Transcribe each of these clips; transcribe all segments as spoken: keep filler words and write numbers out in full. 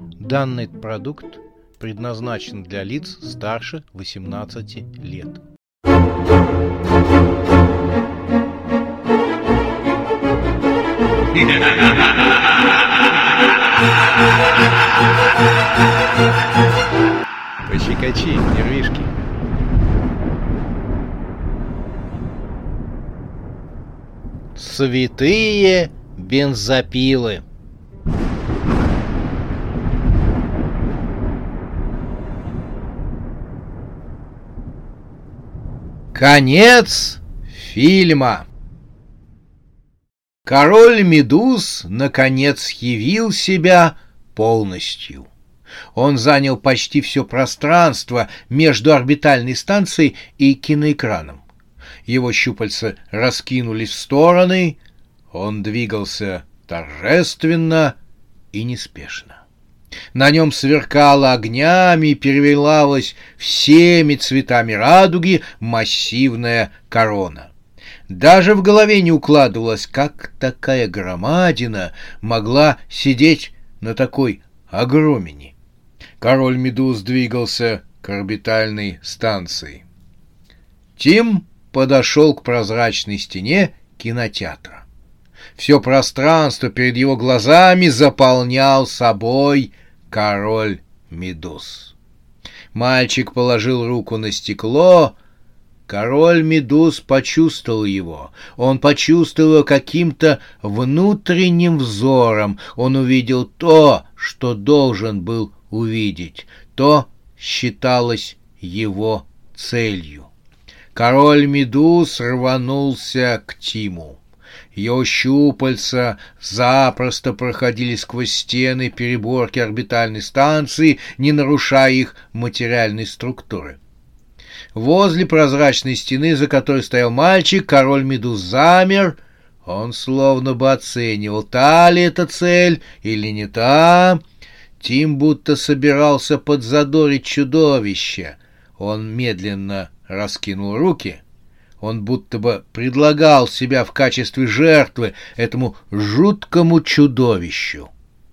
Данный продукт предназначен для лиц старше восемнадцати лет. Пощекочи, нервишки. Святые бензопилы. Конец фильма. Король Медуз наконец явил себя полностью. Он занял почти все пространство между орбитальной станцией и киноэкраном. Его щупальца раскинулись в стороны, он двигался торжественно и неспешно. На нем сверкала огнями и переливалась всеми цветами радуги массивная корона. Даже в голове не укладывалось, как такая громадина могла сидеть на такой огромине. Король Медуз двигался к орбитальной станции. Тим подошел к прозрачной стене кинотеатра. Все пространство перед его глазами заполнял собой король Медуз. Мальчик положил руку на стекло. Король Медуз почувствовал его. Он почувствовал каким-то внутренним взором. Он увидел то, что должен был увидеть. То считалось его целью. Король Медуз рванулся к Тиму. Его щупальца запросто проходили сквозь стены переборки орбитальной станции, не нарушая их материальной структуры. Возле прозрачной стены, за которой стоял мальчик, король Медуз замер. Он словно бы оценивал, та ли это цель или не та. Тим будто собирался подзадорить чудовище. Он медленно раскинул руки. Он будто бы предлагал себя в качестве жертвы этому жуткому чудовищу.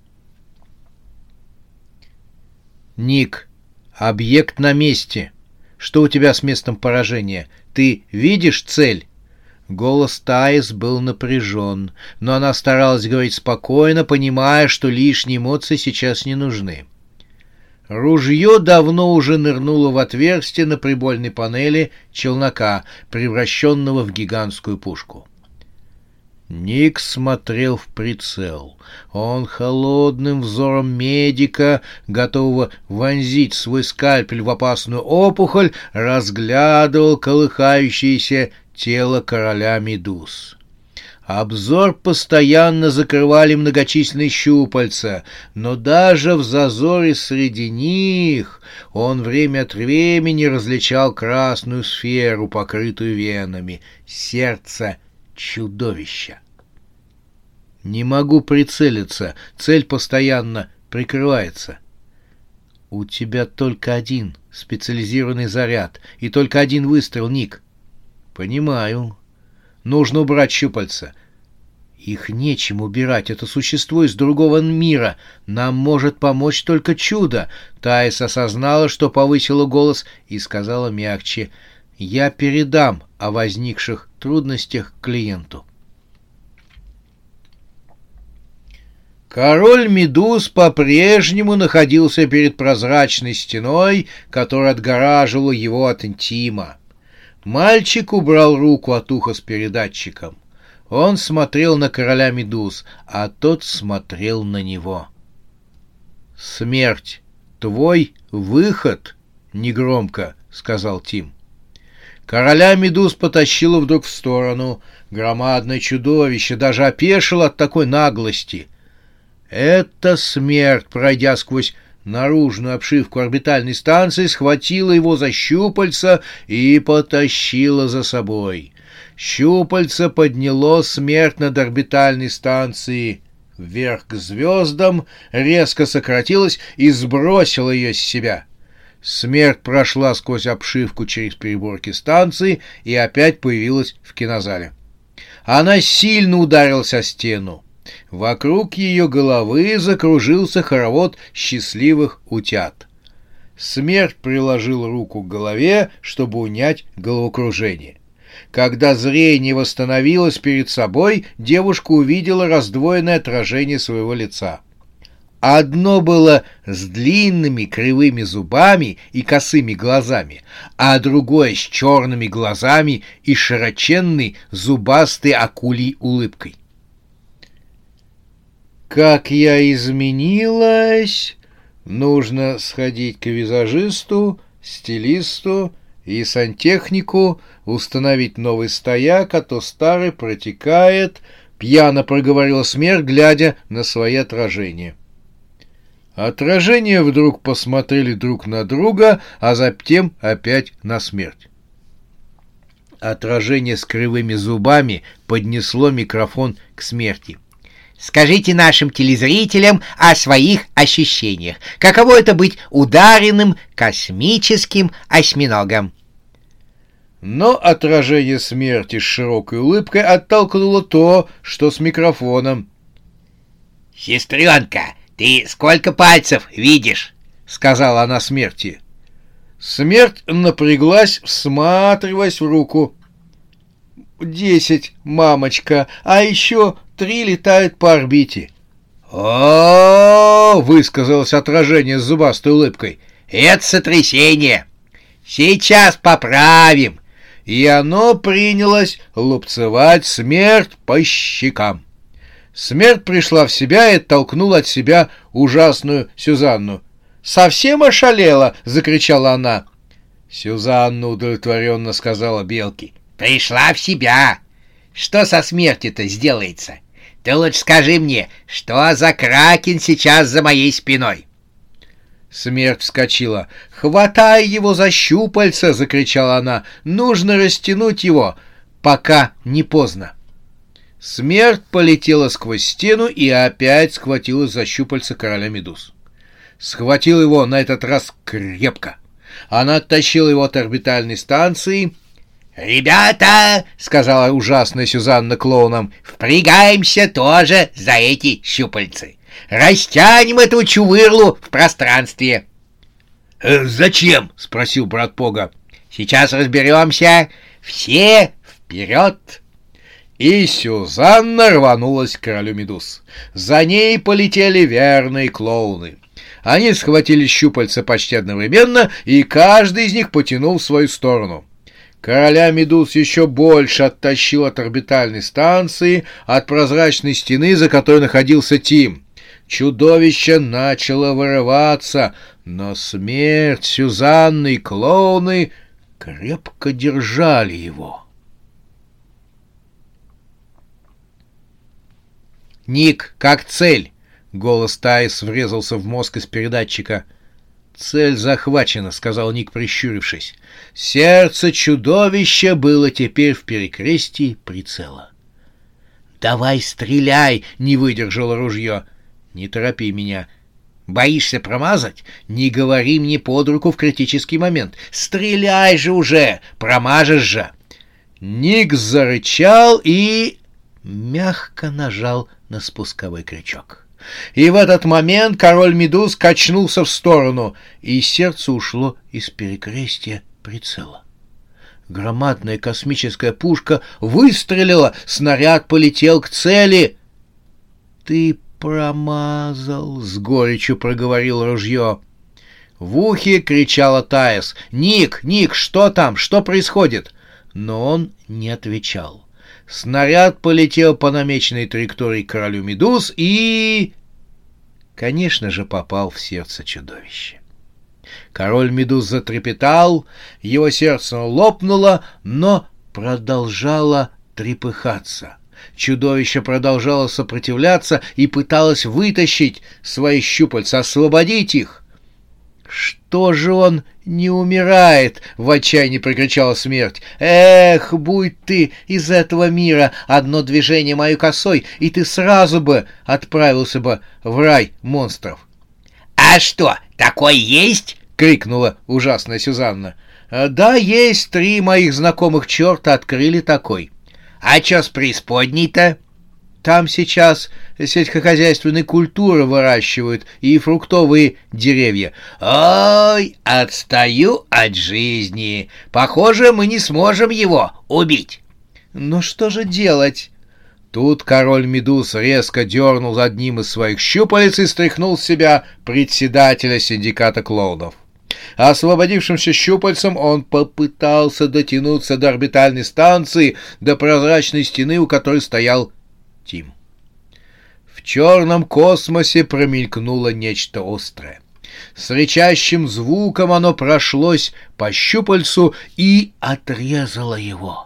Ник, объект на месте. Что у тебя с местом поражения? Ты видишь цель? Голос Таис был напряжен, но она старалась говорить спокойно, понимая, что лишние эмоции сейчас не нужны. Ружье давно уже нырнуло в отверстие на прибольной панели челнока, превращенного в гигантскую пушку. Ник смотрел в прицел. Он холодным взором медика, готового вонзить свой скальпель в опасную опухоль, разглядывал колыхающееся тело короля Медуз. Обзор постоянно закрывали многочисленные щупальца, но даже в зазоре среди них он время от времени различал красную сферу, покрытую венами, сердце чудовища. «Не могу прицелиться, цель постоянно прикрывается». «У тебя только один специализированный заряд и только один выстрел, Ник». «Понимаю. Нужно убрать щупальца». «Их нечем убирать, это существо из другого мира. Нам может помочь только чудо». Таис осознала, что повысила голос, и сказала мягче: «Я передам о возникших трудностях клиенту». Король Медуз по-прежнему находился перед прозрачной стеной, которая отгораживала его от Тима. Мальчик убрал руку от уха с передатчиком. Он смотрел на короля Медуз, а тот смотрел на него. «Смерть — твой выход?» — негромко сказал Тим. Короля Медуз потащило вдруг в сторону. Громадное чудовище даже опешило от такой наглости. Эта смерть, пройдя сквозь наружную обшивку орбитальной станции, схватила его за щупальца и потащила за собой. Щупальце подняло смерть над орбитальной станцией вверх к звездам, резко сократилось и сбросило ее с себя. Смерть прошла сквозь обшивку через переборки станции и опять появилась в кинозале. Она сильно ударилась о стену. Вокруг ее головы закружился хоровод счастливых утят. Смерть приложил руку к голове, чтобы унять головокружение. Когда зрение восстановилось перед собой, девушка увидела раздвоенное отражение своего лица. Одно было с длинными кривыми зубами и косыми глазами, а другое с черными глазами и широченной зубастой акульей улыбкой. «Как я изменилась! Нужно сходить к визажисту, стилисту и сантехнику, установить новый стояк, а то старый протекает», — пьяно проговорила смерть, глядя на свои отражения. Отражения вдруг посмотрели друг на друга, а затем опять на смерть. Отражение с кривыми зубами поднесло микрофон к смерти. «Скажите нашим телезрителям о своих ощущениях. Каково это быть ударенным космическим осьминогом?» Но отражение смерти с широкой улыбкой оттолкнуло то, что с микрофоном. «Сестренка, ты сколько пальцев видишь?» — сказала она смерти. Смерть напряглась, всматриваясь в руку. «Десять, мамочка, а еще три летают по орбите». «О-о-о!» — высказалось отражение с зубастой улыбкой. «Это сотрясение! Сейчас поправим!» И оно принялось лупцевать смерть по щекам. Смерть пришла в себя и оттолкнула от себя ужасную Сюзанну. «Совсем ошалела!» — закричала она. Сюзанна удовлетворенно сказала белке. «Пришла в себя! Что со смертью-то сделается? Ты лучше скажи мне, что за кракен сейчас за моей спиной?» Смерть вскочила. «Хватай его за щупальца!» — закричала она. «Нужно растянуть его, пока не поздно». Смерть полетела сквозь стену и опять схватилась за щупальца короля медуз. Схватил его на этот раз крепко. Она оттащила его от орбитальной станции. «Ребята!» — сказала ужасная Сюзанна клоунам. «Впрягаемся тоже за эти щупальцы. Растянем эту чувырлу в пространстве». «Э, «Зачем?» — спросил брат Пога. «Сейчас разберемся. Все вперед!» И Сюзанна рванулась к королю медуз. За ней полетели верные клоуны. Они схватили щупальца почти одновременно, и каждый из них потянул в свою сторону. Короля медуз еще больше оттащил от орбитальной станции, от прозрачной стены, за которой находился Тим. Чудовище начало вырываться, но смерть, Сюзанны и клоуны крепко держали его. «Ник, как цель?» — голос Таис врезался в мозг из передатчика. «Цель захвачена», — сказал Ник, прищурившись. Сердце чудовища было теперь в перекрестии прицела. «Давай стреляй!» — не выдержало ружье. «Не торопи меня. Боишься промазать? Не говори мне под руку в критический момент. Стреляй же уже! Промажешь же!» Ник зарычал и мягко нажал на спусковой крючок. И в этот момент король медуз качнулся в сторону, и сердце ушло из перекрестия прицела. Громадная космическая пушка выстрелила, снаряд полетел к цели. «Ты промазал», — с горечью проговорил ружье. В ухе кричала Таис: «Ник, Ник, что там? Что происходит?» Но он не отвечал. Снаряд полетел по намеченной траектории к королю медуз и, конечно же, попал в сердце чудовища. Король медуз затрепетал, его сердце лопнуло, но продолжало трепыхаться. Чудовище продолжало сопротивляться и пыталось вытащить свои щупальца, освободить их. «Что же он не умирает?» — в отчаянии прокричала смерть. «Эх, будь ты из этого мира, одно движение мою косой, и ты сразу бы отправился бы в рай монстров». «А что, такой есть?» — крикнула ужасная Сюзанна. «Да, есть, три моих знакомых черта открыли такой». «А чё с преисподней-то?» там сейчас сельскохозяйственные культуры выращивают и фруктовые деревья. Ой, отстаю от жизни. Похоже, мы не сможем его убить. Но что же делать? Тут король Медуз резко дернул одним из своих щупалец и стряхнул с себя председателя синдиката клоунов. Освободившимся щупальцем он попытался дотянуться до орбитальной станции, до прозрачной стены, у которой стоял Тим. В черном космосе промелькнуло нечто острое. С рычащим звуком оно прошлось по щупальцу и отрезало его.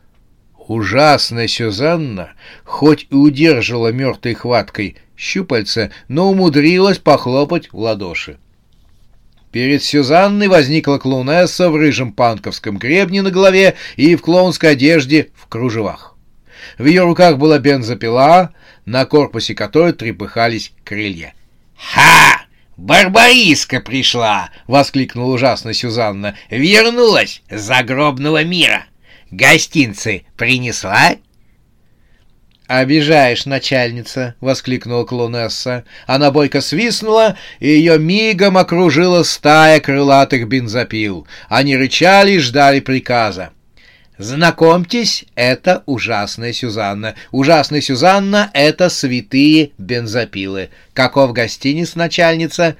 Ужасная Сюзанна, хоть и удержала мертвой хваткой щупальца, но умудрилась похлопать в ладоши. Перед Сюзанной возникла клоунесса в рыжем панковском гребне на голове и в клоунской одежде в кружевах. В ее руках была бензопила, на корпусе которой трепыхались крылья. «Ха! Барбариска пришла!» — воскликнула ужасно Сюзанна. «Вернулась с загробного мира! Гостинцы принесла?» «Обижаешь, начальница!» — воскликнула клоунесса. Она бойко свистнула, и ее мигом окружила стая крылатых бензопил. Они рычали и ждали приказа. «Знакомьтесь, это ужасная Сюзанна. Ужасная Сюзанна — это святые бензопилы. Каков гостиниц, начальница?»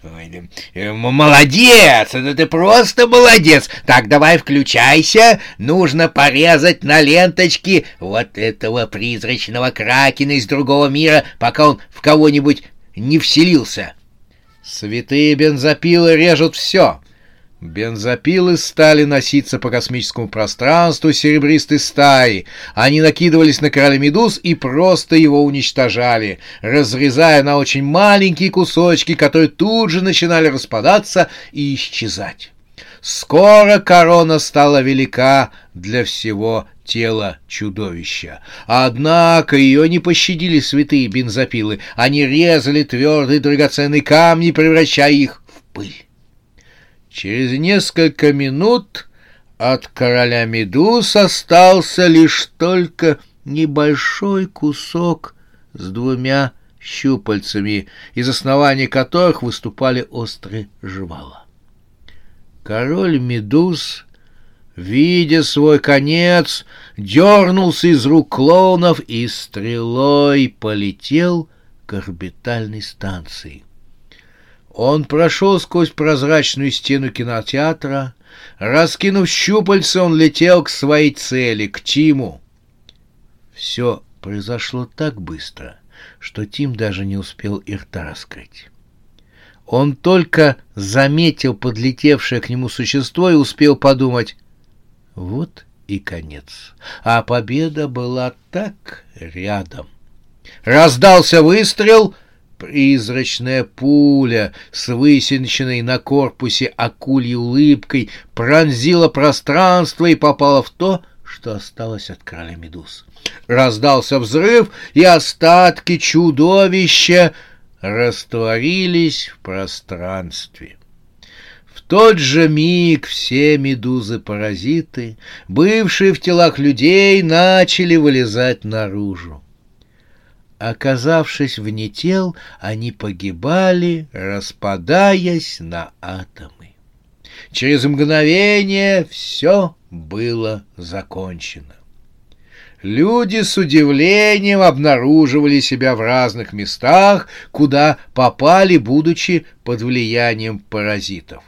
«Молодец! Это ты просто молодец! Так, давай включайся! Нужно порезать на ленточки вот этого призрачного кракена из другого мира, пока он в кого-нибудь не вселился!» «Святые бензопилы режут все!» Бензопилы стали носиться по космическому пространству серебристой стаи. Они накидывались на короля Медуз и просто его уничтожали, разрезая на очень маленькие кусочки, которые тут же начинали распадаться и исчезать. Скоро корона стала велика для всего тела чудовища. Однако ее не пощадили святые бензопилы. Они резали твердые драгоценные камни, превращая их в пыль. Через несколько минут от короля Медуз остался лишь только небольшой кусок с двумя щупальцами, из основания которых выступали острые жвала. Король Медуз, видя свой конец, дернулся из рук клоунов и стрелой полетел к орбитальной станции. Он прошел сквозь прозрачную стену кинотеатра. Раскинув щупальца, он летел к своей цели, к Тиму. Все произошло так быстро, что Тим даже не успел и рта раскрыть. Он только заметил подлетевшее к нему существо и успел подумать: вот и конец. А победа была так рядом. Раздался выстрел. Призрачная пуля с высеченной на корпусе акульей улыбкой пронзила пространство и попала в то, что осталось от короля Медуз. Раздался взрыв, и остатки чудовища растворились в пространстве. В тот же миг все медузы-паразиты, бывшие в телах людей, начали вылезать наружу. Оказавшись вне тел, они погибали, распадаясь на атомы. Через мгновение все было закончено. Люди с удивлением обнаруживали себя в разных местах, куда попали, будучи под влиянием паразитов.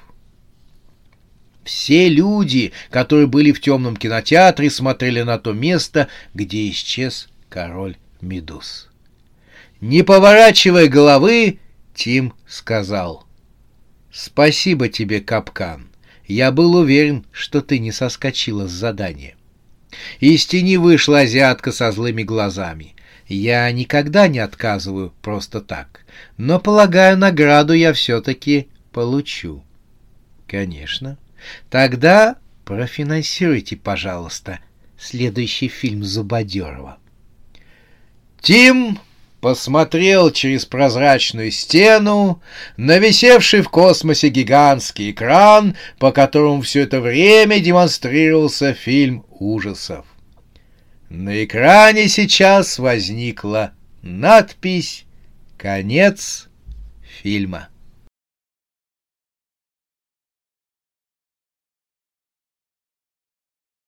Все люди, которые были в темном кинотеатре, смотрели на то место, где исчез король Медуз. Не поворачивая головы, Тим сказал: «Спасибо тебе, Капкан. Я был уверен, что ты не соскочила с задания». Из тени вышла азиатка со злыми глазами. «Я никогда не отказываю просто так, но, полагаю, награду я все-таки получу». «Конечно. Тогда профинансируйте, пожалуйста, следующий фильм Зубодерова». Тим посмотрел через прозрачную стену на висевший в космосе гигантский экран, по которому все это время демонстрировался фильм ужасов. На экране сейчас возникла надпись «Конец фильма».